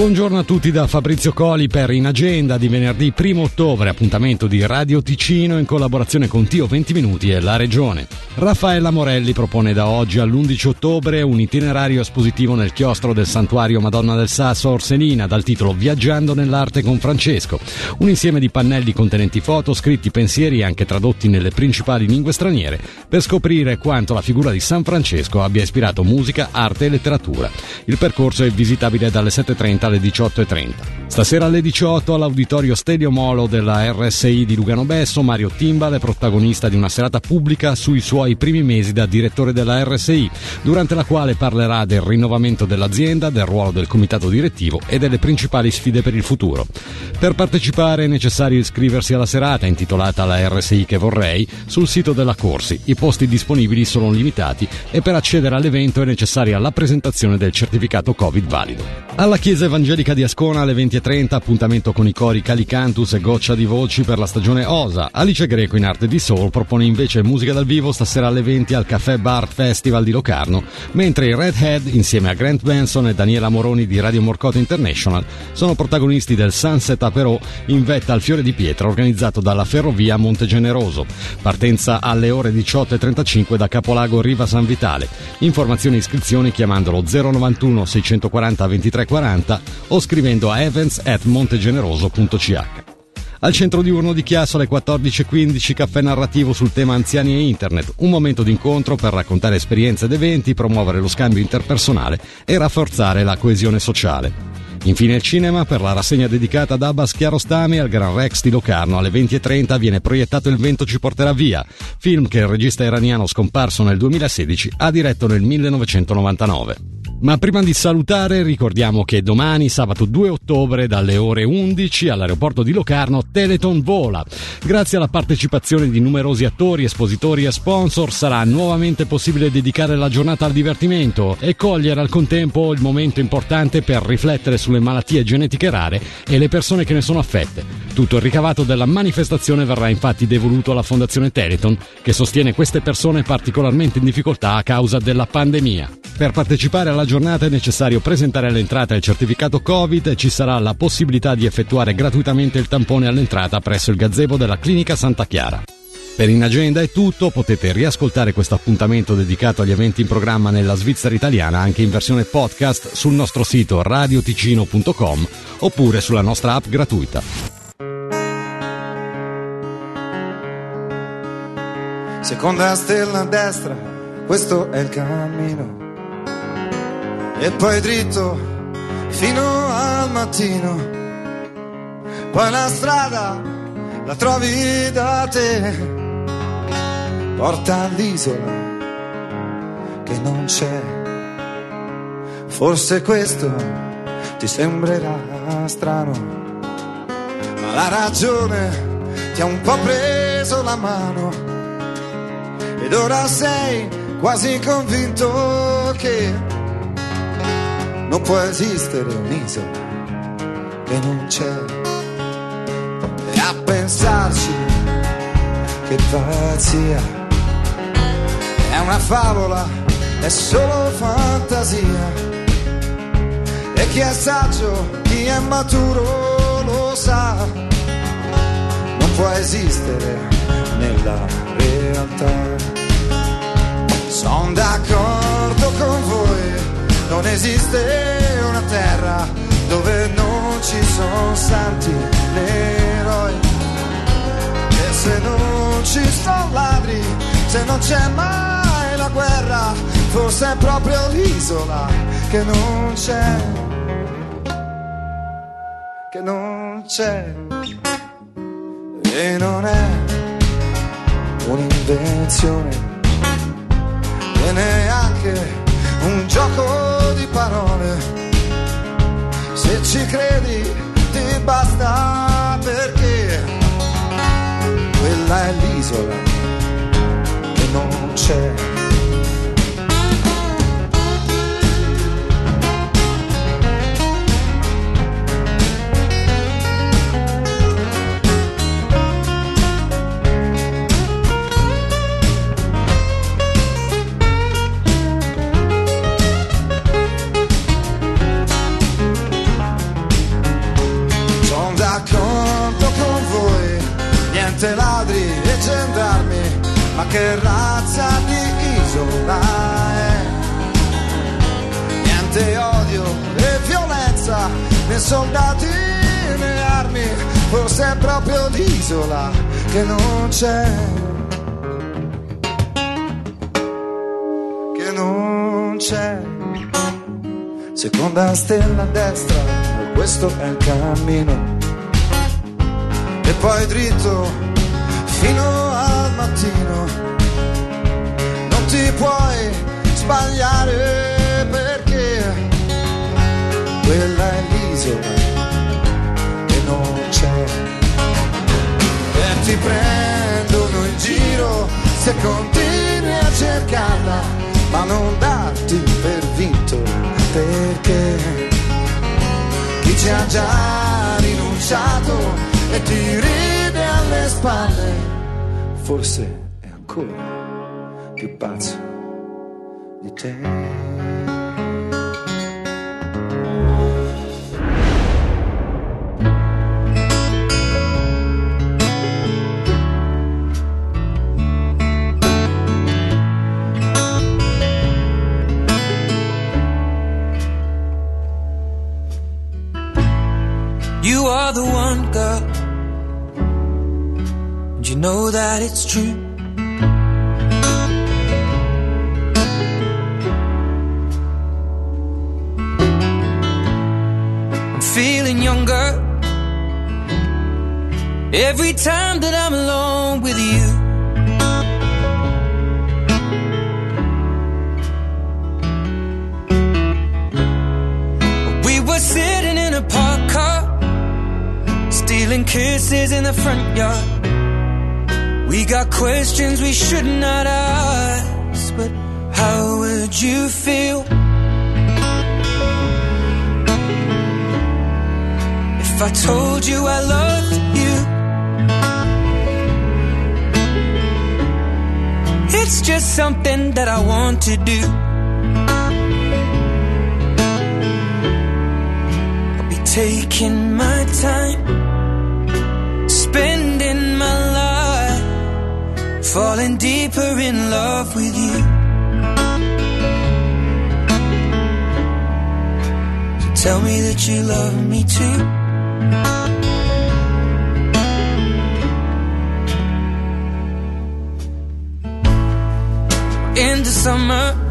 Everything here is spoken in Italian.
Buongiorno a tutti da Fabrizio Coli per In Agenda di venerdì 1 ottobre, appuntamento di Radio Ticino in collaborazione con Tio 20 Minuti e la Regione. Raffaella Morelli propone da oggi all'11 ottobre un itinerario espositivo nel chiostro del Santuario Madonna del Sasso a Orselina dal titolo Viaggiando nell'arte con Francesco, un insieme di pannelli contenenti foto, scritti, pensieri anche tradotti nelle principali lingue straniere per scoprire quanto la figura di San Francesco abbia ispirato musica, arte e letteratura. Il percorso è visitabile dalle 7:30 alle 18:30. Stasera alle 18 all'Auditorio Stadio Molo della RSI di Lugano Besso, Mario Timbal è protagonista di una serata pubblica sui suoi primi mesi da direttore della RSI, durante la quale parlerà del rinnovamento dell'azienda, del ruolo del comitato direttivo e delle principali sfide per il futuro. Per partecipare è necessario iscriversi alla serata intitolata La RSI che vorrei sul sito della Corsi. I posti disponibili sono limitati e per accedere all'evento è necessaria la presentazione del certificato Covid valido. Alla Chiesa Evangelica di Ascona alle 20:30 appuntamento con i cori Calicantus e Goccia di Voci per la stagione Osa. Alice Greco in arte di soul propone invece musica dal vivo stasera alle 20 al Caffè Bar Festival di Locarno, mentre i Redhead insieme a Grant Benson e Daniela Moroni di Radio Morcoto International sono protagonisti del Sunset Aperò in vetta al Fiore di Pietra organizzato dalla Ferrovia Montegeneroso. Partenza alle ore 18:35 da Capolago Riva San Vitale. Informazioni e iscrizioni chiamandolo 091 640 2340 o scrivendo a events@montegeneroso.ch. Al centro diurno di Chiasso alle 14:15 caffè narrativo sul tema anziani e internet, un momento d'incontro per raccontare esperienze ed eventi, promuovere lo scambio interpersonale e rafforzare la coesione sociale. Infine il cinema, per la rassegna dedicata ad Abbas Kiarostami al Gran Rex di Locarno alle 20:30 viene proiettato Il vento ci porterà via, film che il regista iraniano scomparso nel 2016 ha diretto nel 1999. Ma prima di salutare ricordiamo che domani, sabato 2 ottobre, dalle ore 11 all'aeroporto di Locarno, Telethon vola. Grazie alla partecipazione di numerosi attori, espositori e sponsor sarà nuovamente possibile dedicare la giornata al divertimento e cogliere al contempo il momento importante per riflettere sulle malattie genetiche rare e le persone che ne sono affette. Tutto il ricavato della manifestazione verrà infatti devoluto alla Fondazione Telethon, che sostiene queste persone particolarmente in difficoltà a causa della pandemia. Per partecipare alla giornata è necessario presentare all'entrata il certificato Covid e ci sarà la possibilità di effettuare gratuitamente il tampone all'entrata presso il gazebo della Clinica Santa Chiara. Per In Agenda è tutto, potete riascoltare questo appuntamento dedicato agli eventi in programma nella Svizzera italiana anche in versione podcast sul nostro sito radioticino.com oppure sulla nostra app gratuita. Seconda stella a destra, questo è il cammino. E poi dritto fino al mattino. Poi la strada la trovi da te, porta all'isola che non c'è. Forse questo ti sembrerà strano, ma la ragione ti ha un po' preso la mano ed ora sei quasi convinto che non può esistere un'isola che non c'è. E a pensarci, che pazzia, è una favola, è solo fantasia. E chi è saggio, chi è maturo lo sa, non può esistere nella realtà. Sono d'accordo con voi, non esiste una terra dove non ci sono santi né eroi. E se non ci sono ladri, se non c'è mai la guerra, forse è proprio l'isola che non c'è, che non c'è. E non è un'invenzione e neanche un gioco di parole. Se ci credi ti basta, perché quella è l'isola che non c'è. isola è. Niente odio e violenza, né soldati né armi, forse è proprio l'isola che non c'è, che non c'è. Seconda stella a destra, questo è il cammino, e poi dritto fino al mattino. Non ti puoi sbagliare perché quella è l'isola che non c'è. E ti prendono in giro se continui a cercarla, ma non darti per vinto, perché chi ci ha già rinunciato e ti ride alle spalle forse è ancora più pazzo di te. You are the one, girl, and you know that it's true. I'm feeling younger every time that I'm alone with you. We were sitting in a park car, stealing kisses in the front yard. We got questions we should not ask, but how would you feel if I told you I loved you? It's just something that I want to do. I'll be taking my time, spending my life, falling deeper in love with you. So tell me that you love me too. In the summer,